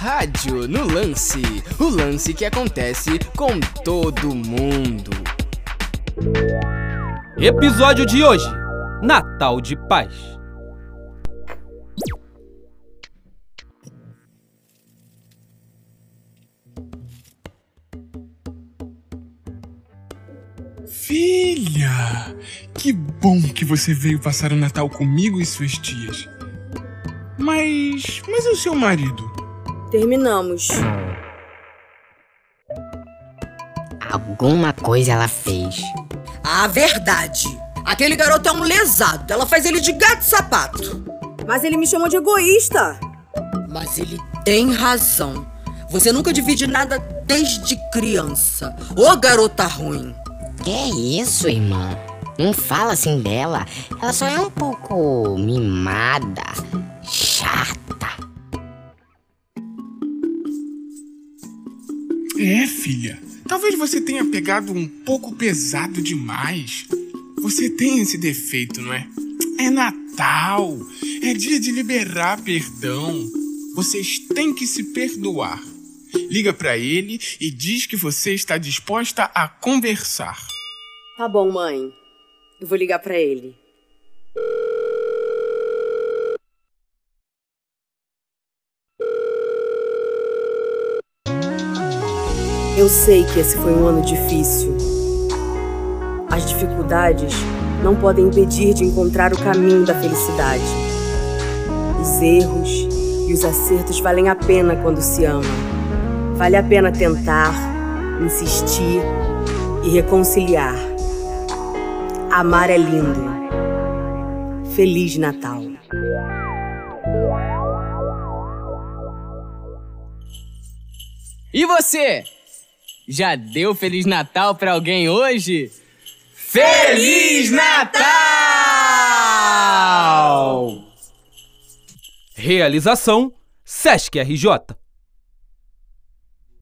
Rádio no Lance, o lance que acontece com todo mundo. Episódio de hoje: Natal de Paz. Filha, que bom que você veio passar o Natal comigo e suas tias. Mas e o seu marido? Terminamos. Alguma coisa ela fez. A verdade. Aquele garoto é um lesado. Ela faz ele de gato e sapato. Mas ele me chamou de egoísta. Mas ele tem razão. Você nunca divide nada desde criança. Ô garota ruim. Que isso, irmã? Não fala assim dela. Ela só é um pouco mimada, chata. É, filha. Talvez você tenha pegado um pouco pesado demais. Você tem esse defeito, não é? É Natal. É dia de liberar perdão. Vocês têm que se perdoar. Liga pra ele e diz que você está disposta a conversar. Tá bom, mãe. Eu vou ligar pra ele. Eu sei que esse foi um ano difícil. As dificuldades não podem impedir de encontrar o caminho da felicidade. Os erros e os acertos valem a pena quando se ama. Vale a pena tentar, insistir e reconciliar. Amar é lindo. Feliz Natal. E você? Já deu Feliz Natal pra alguém hoje? Feliz Natal! Realização: Sesc RJ.